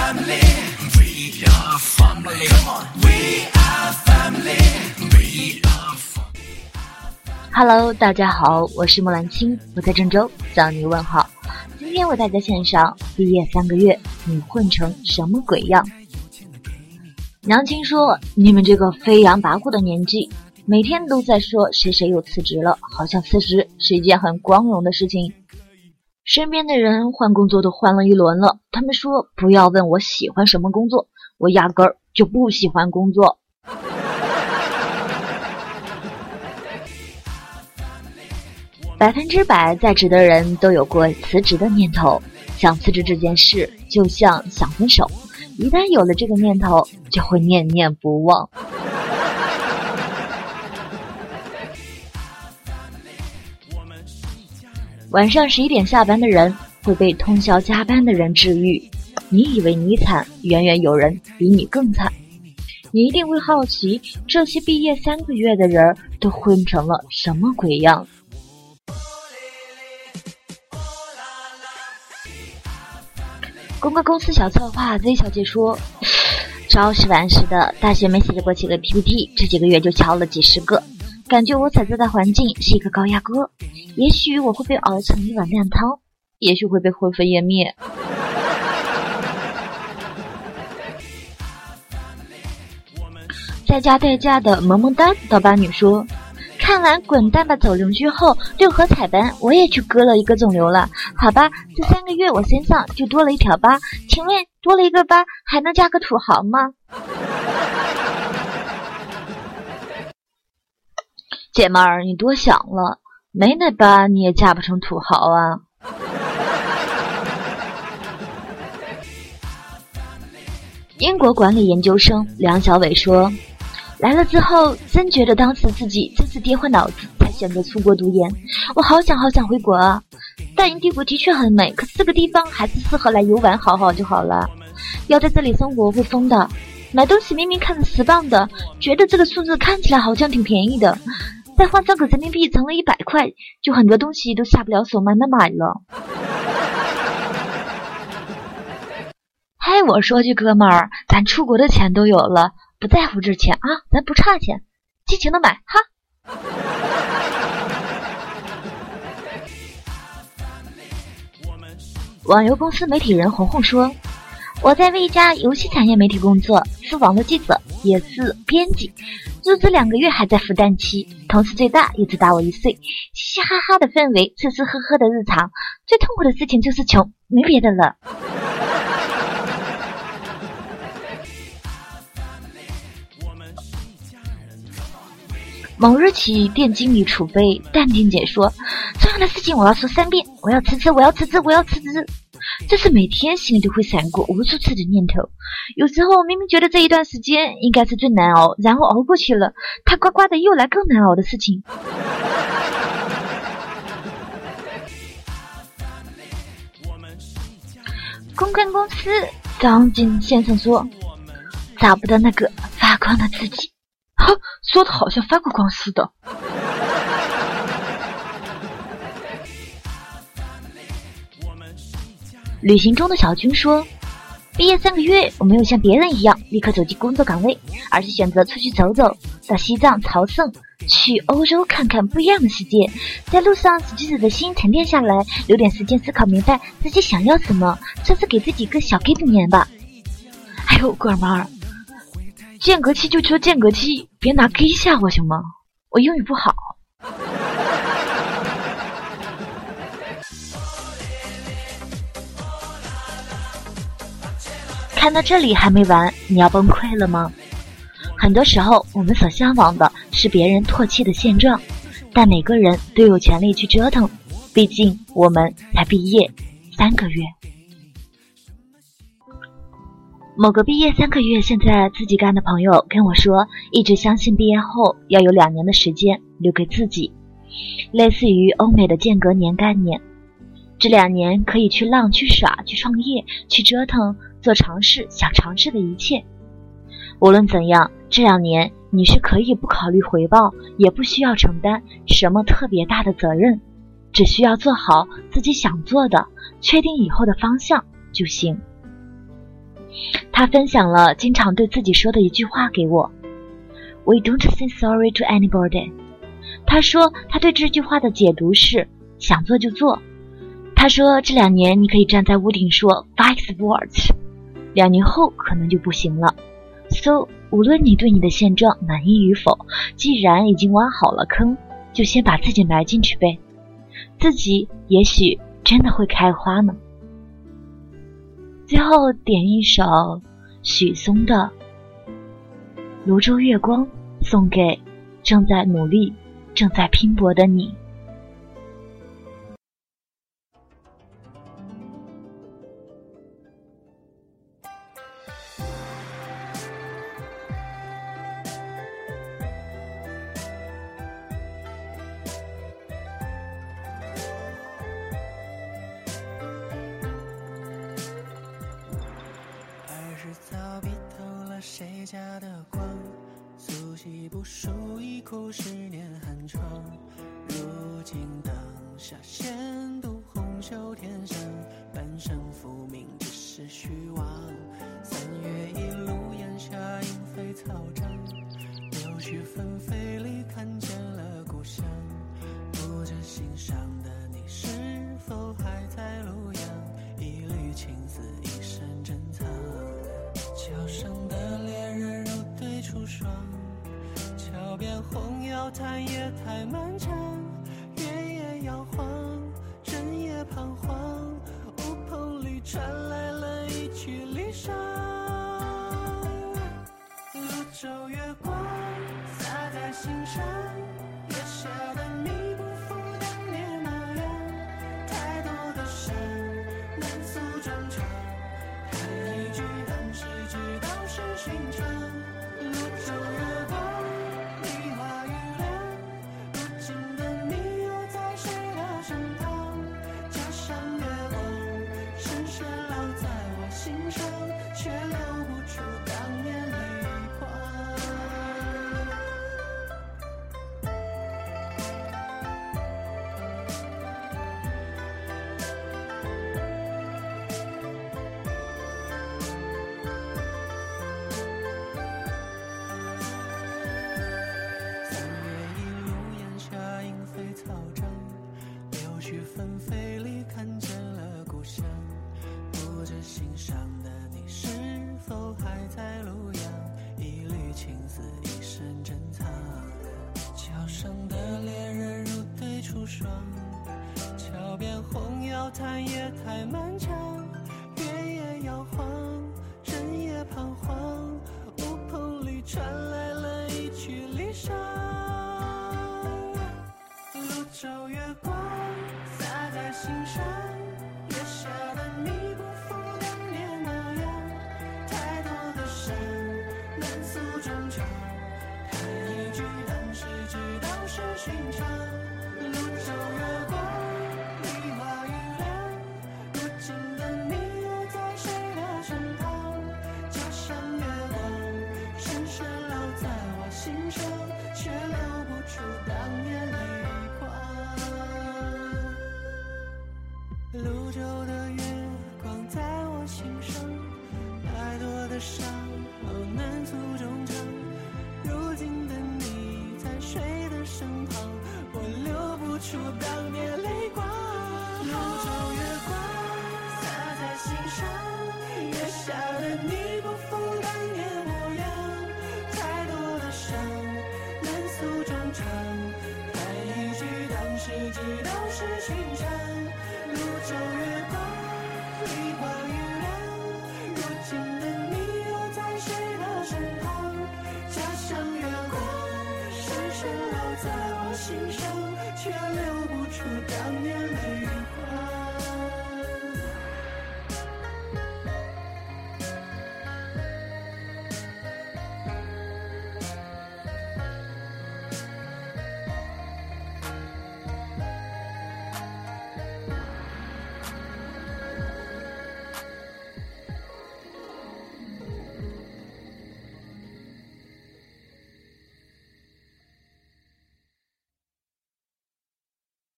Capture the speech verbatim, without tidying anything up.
family. We are family. Come on. We are family. We are family. Hello， 大家好，我是莫兰青，我在郑州向你问好。今天为大家献上毕业三个月，你混成什么鬼样？娘亲说，你们这个飞扬跋扈的年纪，每天都在说谁谁又辞职了，好像辞职是一件很光荣的事情。身边的人换工作都换了一轮了，他们说不要问我喜欢什么工作，我压根儿就不喜欢工作。百分之百在职的人都有过辞职的念头，想辞职这件事就像想分手，一旦有了这个念头就会念念不忘。晚上十一点下班的人会被通宵加班的人治愈，你以为你惨，远远有人比你更惨。你一定会好奇，这些毕业三个月的人都混成了什么鬼样。公关公司小策划 Z 小姐说，朝十晚十的，大学没写过几个 P P T， 这几个月就敲了几十个，感觉我所在的环境是一个高压锅，也许我会被熬成一碗靓汤，也许会被灰飞烟灭。在家待嫁的萌萌哒刀疤女说，看完滚蛋吧走邻居后，六合彩班我也去割了一个肿瘤了，好吧，这三个月我身上就多了一条疤，请问多了一个疤还能嫁个土豪吗？姐妹儿，你多想了，没那疤你也嫁不成土豪啊。英国管理研究生梁小伟说，来了之后真觉得当时自己真是跌坏脑子才选择出国读研，我好想好想回国啊！大英帝国的确很美，可是这个地方还是适合来游玩好好就好了，要在这里生活会疯的。买东西明明看着十磅的，觉得这个数字看起来好像挺便宜的，再换上个人民币成了一百块，就很多东西都下不了手，慢慢买了。嘿，我说句哥们儿，咱出国的钱都有了，不在乎这钱啊，咱不差钱，尽情的买哈。网游公司媒体人红红说，我在为一家游戏产业媒体工作，是网络记者，也是编辑，入职两个月还在孵蛋期，同事最大也只大我一岁，嘻嘻哈哈的氛围，吃吃喝喝的日常，最痛苦的事情就是穷，没别的了。某日起，店经理储备淡定解说，这样的事情我要说三遍，我要辞职，我要辞职，我要辞职。这是每天心里都会闪过无数次的念头，有时候明明觉得这一段时间应该是最难熬，然后熬过去了，他呱呱的又来更难熬的事情。公关公司张景先生说，找不到那个发光的自己。呵，说的好像发过光似的。旅行中的小军说，毕业三个月，我没有像别人一样立刻走进工作岗位，而是选择出去走走，到西藏朝圣，去欧洲看看不一样的世界，在路上使自己的心沉淀下来，留点时间思考明白自己想要什么，这是给自己一个小 give 年吧。哎呦哥们儿，间隔期就说间隔期，别拿 K 吓我行吗？我英语不好。看到这里还没完，你要崩溃了吗？很多时候我们所向往的是别人唾弃的现状，但每个人都有权利去折腾，毕竟我们才毕业三个月。某个毕业三个月现在自己干的朋友跟我说，一直相信毕业后要有两年的时间留给自己，类似于欧美的间隔年概念。这两年可以去浪，去耍，去创业，去折腾，做尝试想尝试的一切。无论怎样，这两年你是可以不考虑回报，也不需要承担什么特别大的责任，只需要做好自己想做的，确定以后的方向就行。 他分享了经常对自己说的一句话给我 ：We don't say sorry to anybody。他说他对这句话的解读是想做就做。他说这两年你可以站在屋顶说 Fight sports， 两年后可能就不行了。So 无论你对你的现状满意与否，既然已经挖好了坑，就先把自己埋进去呗，自己也许真的会开花呢。最后点一首许嵩的《泸州月光》，送给正在努力正在拼搏的你。 谁家的光，苏洗不输一哭十年寒窗。如今灯下闲独红袖添香，半生浮名只是虚妄。三月一路烟霞莺飞草长，柳絮纷飞里看见了故乡。不知心上的你是否还在路阳，一缕情丝一生珍藏。桥上的恋人如对出霜，桥边红药叹夜太漫长，月夜摇晃，人也彷徨，屋棚里传来了一曲离殇。泸州月光洒在心上，也晓得你不负当年那样，太多的伤难诉衷肠，看一句当时知道是寻常。泸州月光梨花雨凉，如今的你又在谁的身旁？家乡月光深深烙在我心上，却留不住当年泪光。纷飞里看见了故乡，不知心上的你是否还在路阳，一缕情丝一生珍藏。桥上的恋人如对出霜，桥边红药叹夜太漫长，月夜摇晃，人也彷徨，屋棚里传来了一曲离殇。泸州月光洒在心上，也晓得你不负当年那样，太多的伤难诉衷肠，看一句当时知道是寻常。泸州月光梨花雨凉，如今的你又在谁的身旁？家乡月光深深烙在我心上，却留不住当年泪光。泸州的月光在我心上，太多的伤